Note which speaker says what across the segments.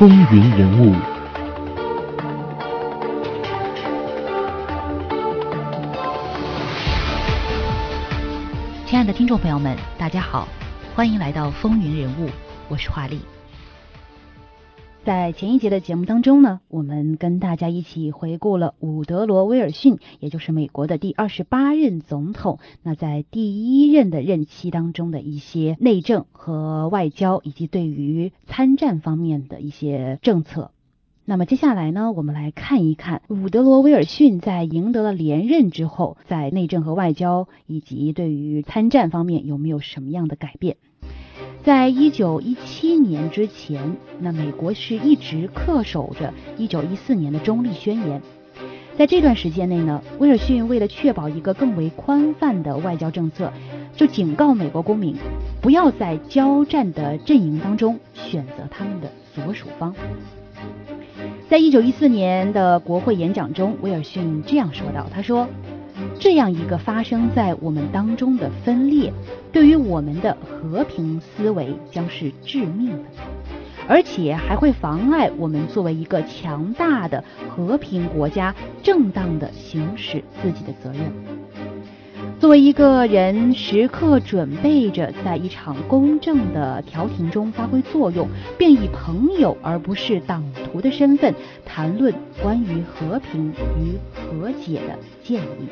Speaker 1: 风云人物。
Speaker 2: 亲爱的听众朋友们，大家好，欢迎来到风云人物，我是华丽。在前一节的节目当中呢，我们跟大家一起回顾了伍德罗·威尔逊，也就是美国的第28任总统，那在第一任的任期当中的一些内政和外交，以及对于参战方面的一些政策。那么接下来呢，我们来看一看伍德罗·威尔逊在赢得了连任之后，在内政和外交以及对于参战方面有没有什么样的改变。在1917年之前，那美国是一直恪守着1914年的中立宣言。在这段时间内呢，威尔逊为了确保一个更为宽泛的外交政策，就警告美国公民不要在交战的阵营当中选择他们的所属方。在1914年的国会演讲中，威尔逊这样说道，他说，这样一个发生在我们当中的分裂，对于我们的和平思维将是致命的，而且还会妨碍我们作为一个强大的和平国家正当的行使自己的责任。作为一个人时刻准备着在一场公正的调停中发挥作用，并以朋友而不是党徒的身份谈论关于和平与和解的建议。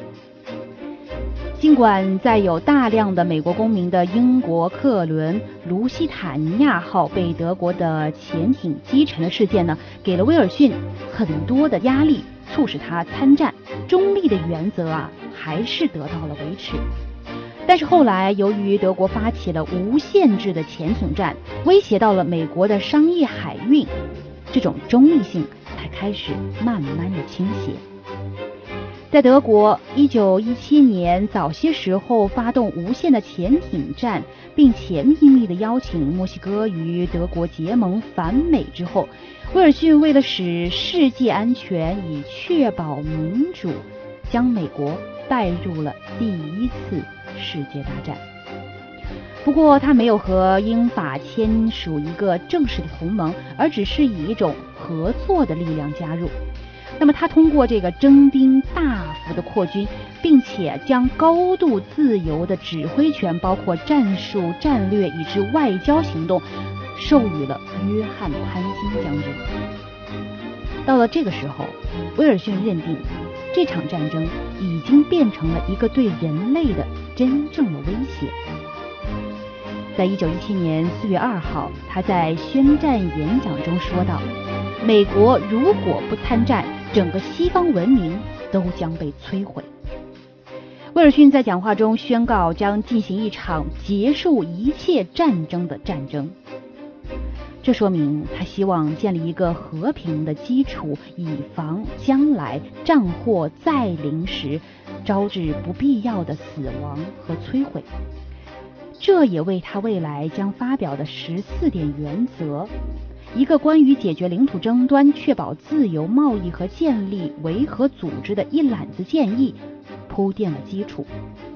Speaker 2: 尽管载有大量的美国公民的英国客轮卢西坦尼亚号被德国的潜艇击沉的事件呢，给了威尔逊很多的压力，促使他参战。中立的原则还是得到了维持。但是后来由于德国发起了无限制的潜艇战，威胁到了美国的商业海运，这种中立性才开始慢慢的倾斜。在德国1917年早些时候发动无限的潜艇战，并且秘密地邀请墨西哥与德国结盟反美之后，威尔逊为了使世界安全，以确保民主，将美国带入了第一次世界大战。不过他没有和英法签署一个正式的同盟，而只是以一种合作的力量加入。那么他通过这个征兵大幅的扩军，并且将高度自由的指挥权，包括战术、战略以至外交行动，授予了约翰·潘金将军。到了这个时候，威尔逊认定这场战争已经变成了一个对人类的真正的威胁。在1917年4月2号，他在宣战演讲中说道，美国如果不参战，整个西方文明都将被摧毁。威尔逊在讲话中宣告将进行一场结束一切战争的战争。这说明他希望建立一个和平的基础，以防将来战祸再临时招致不必要的死亡和摧毁。这也为他未来将发表的14点原则，一个关于解决领土争端、确保自由贸易和建立维和组织的一揽子建议铺垫了基础。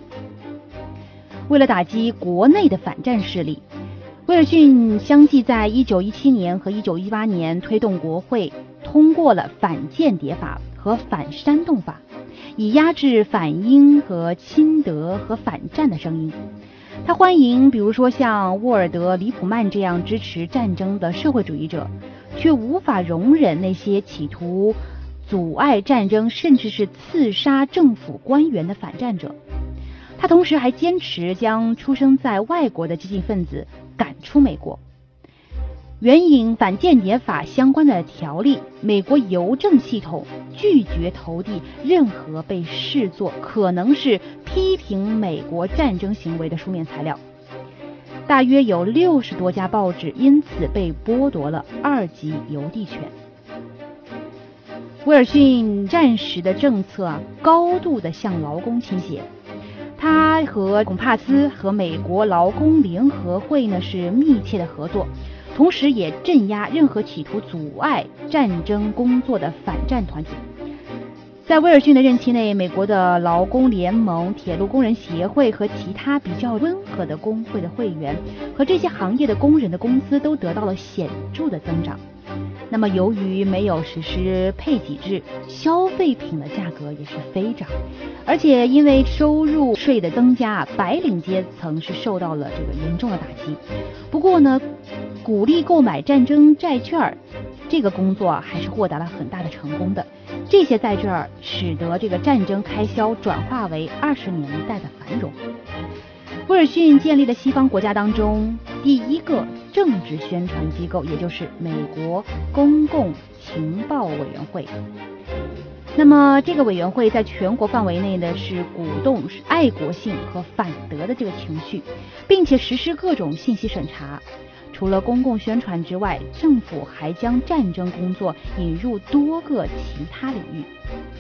Speaker 2: 为了打击国内的反战势力，威尔逊相继在1917年和1918年推动国会通过了反间谍法和反煽动法，以压制反英和亲德和反战的声音。他欢迎比如说像沃尔德·里普曼这样支持战争的社会主义者，却无法容忍那些企图阻碍战争甚至是刺杀政府官员的反战者。他同时还坚持将出生在外国的激进分子赶出美国。援引反间谍法相关的条例，美国邮政系统拒绝投递任何被视作可能是批评美国战争行为的书面材料。大约有60多家报纸因此被剥夺了2级邮递权。威尔逊战时的政策高度地向劳工倾斜，他和孔帕斯和美国劳工联合会呢是密切的合作，同时也镇压任何企图阻碍战争工作的反战团体。在威尔逊的任期内，美国的劳工联盟、铁路工人协会和其他比较温和的工会的会员和这些行业的工人的工资都得到了显著的增长。 那么由于没有实施配给制，消费品的价格也是飞涨，而且因为收入税的增加，白领阶层是受到了这个严重的打击。不过呢，鼓励购买战争债券这个工作还是获得了很大的成功的。这些债券使得这个战争开销转化为20年代的繁荣。威尔逊建立了西方国家当中第一个政治宣传机构，也就是美国公共情报委员会。那么这个委员会在全国范围内呢，是鼓动爱国性和反德的这个情绪，并且实施各种信息审查。除了公共宣传之外，政府还将战争工作引入多个其他领域。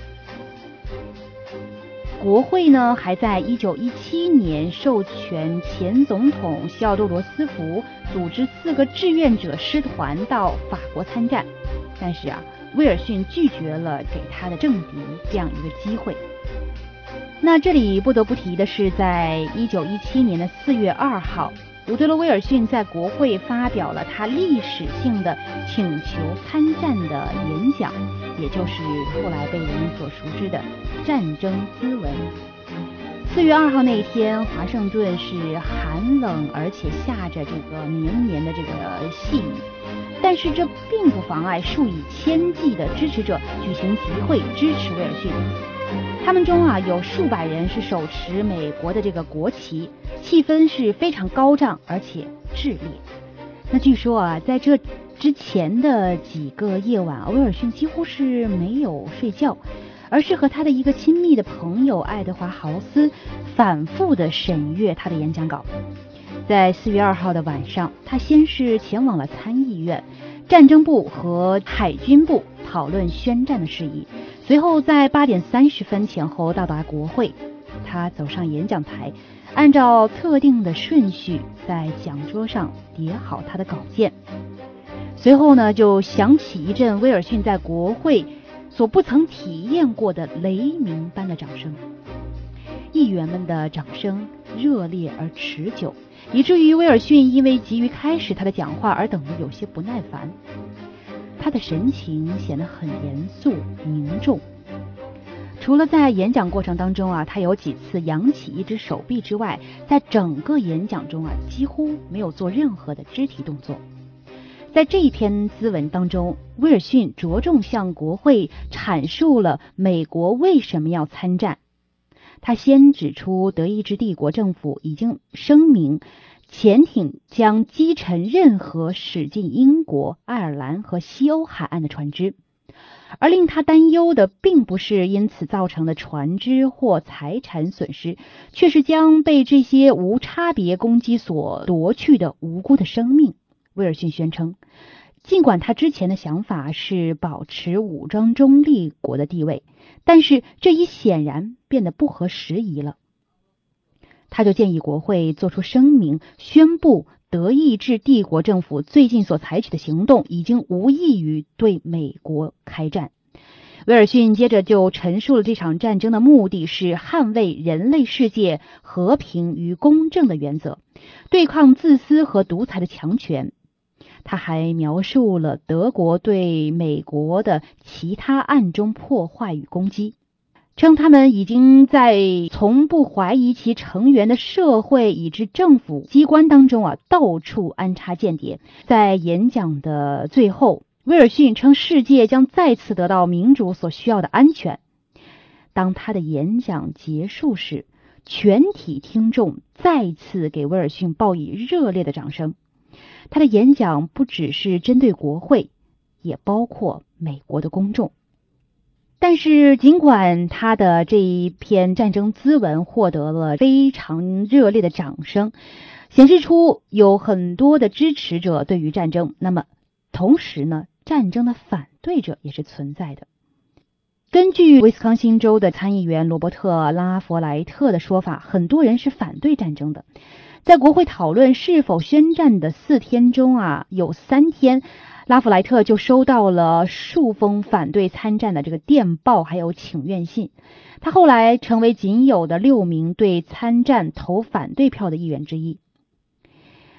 Speaker 2: 国会呢，还在1917年授权前总统西奥多·罗斯福组织4个志愿者师团到法国参战，但是威尔逊拒绝了给他的政敌这样一个机会。那这里不得不提的是，在1917年的4月2号，伍德罗·威尔逊在国会发表了他历史性的请求参战的演讲，也就是后来被人们所熟知的战争咨文。4月2号那一天，华盛顿是寒冷而且下着这个绵绵的这个细雨，但是这并不妨碍数以千计的支持者举行集会支持威尔逊。他们中有数百人是手持美国的这个国旗，气氛是非常高涨而且炽烈。那据说在这之前的几个夜晚，威尔逊几乎是没有睡觉，而是和他的一个亲密的朋友爱德华·豪斯反复的审阅他的演讲稿。在4月2号的晚上，他先是前往了参议院、战争部和海军部讨论宣战的事宜，随后在8点30分前后到达国会。他走上演讲台，按照特定的顺序在讲桌上叠好他的稿件。随后呢，就响起一阵威尔逊在国会所不曾体验过的雷鸣般的掌声。议员们的掌声热烈而持久，以至于威尔逊因为急于开始他的讲话而等得有些不耐烦。他的神情显得很严肃凝重。除了在演讲过程当中他有几次扬起一只手臂之外，在整个演讲中几乎没有做任何的肢体动作。在这一篇咨文当中，威尔逊着重向国会阐述了美国为什么要参战。他先指出德意志帝国政府已经声明，潜艇将击沉任何驶进英国、爱尔兰和西欧海岸的船只，而令他担忧的并不是因此造成的船只或财产损失，却是将被这些无差别攻击所夺去的无辜的生命。威尔逊宣称，尽管他之前的想法是保持武装中立国的地位，但是这已显然变得不合时宜了。他就建议国会做出声明，宣布德意志帝国政府最近所采取的行动已经无异于对美国开战。威尔逊接着就陈述了这场战争的目的是捍卫人类世界和平与公正的原则，对抗自私和独裁的强权。他还描述了德国对美国的其他暗中破坏与攻击，称他们已经在从不怀疑其成员的社会以至政府机关当中到处安插间谍。在演讲的最后，威尔逊称世界将再次得到民主所需要的安全。当他的演讲结束时，全体听众再次给威尔逊报以热烈的掌声。他的演讲不只是针对国会，也包括美国的公众。但是尽管他的这一篇战争咨文获得了非常热烈的掌声，显示出有很多的支持者对于战争，那么同时呢，战争的反对者也是存在的。根据威斯康星州的参议员罗伯特·拉弗莱特的说法，很多人是反对战争的。在国会讨论是否宣战的4天中有3天，拉弗莱特就收到了数封反对参战的这个电报还有请愿信。他后来成为仅有的6名对参战投反对票的议员之一。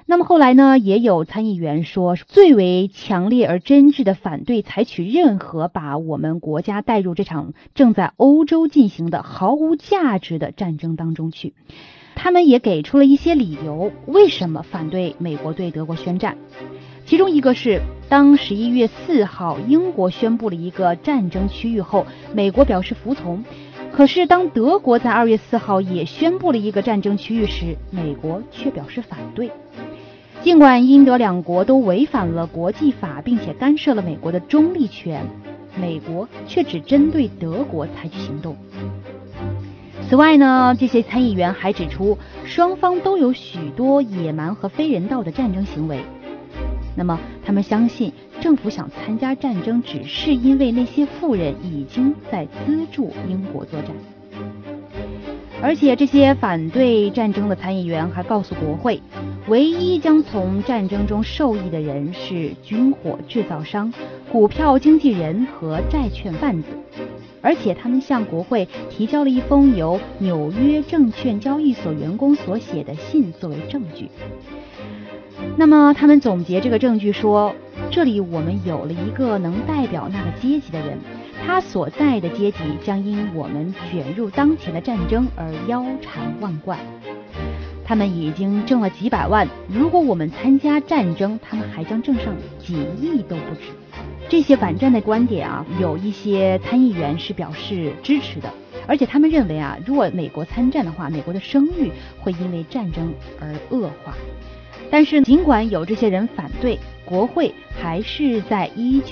Speaker 2: 那么后来呢，也有参议员说，最为强烈而真挚的反对采取任何把我们国家带入这场正在欧洲进行的毫无价值的战争当中去。他们也给出了一些理由，为什么反对美国对德国宣战。其中一个是，当11月4号英国宣布了一个战争区域后，美国表示服从。可是当德国在2月4号也宣布了一个战争区域时，美国却表示反对。尽管英德两国都违反了国际法，并且干涉了美国的中立权，美国却只针对德国采取行动。此外呢，这些参议员还指出，双方都有许多野蛮和非人道的战争行为。那么他们相信政府想参加战争，只是因为那些富人已经在资助英国作战。而且这些反对战争的参议员还告诉国会，唯一将从战争中受益的人是军火制造商、股票经纪人和债券贩子。而且他们向国会提交了一封由纽约证券交易所员工所写的信作为证据。那么他们总结这个证据说，这里我们有了一个能代表那个阶级的人，他所在的阶级将因我们卷入当前的战争而腰缠万贯。他们已经挣了几百万，如果我们参加战争，他们还将挣上几亿都不止。这些反战的观点有一些参议员是表示支持的，而且他们认为如果美国参战的话，美国的声誉会因为战争而恶化。但是尽管有这些人反对，国会还是在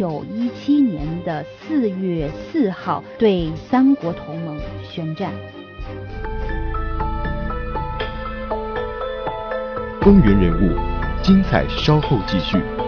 Speaker 2: 1917年的4月4号对三国同盟宣战。
Speaker 1: 风云人物，精彩稍后继续。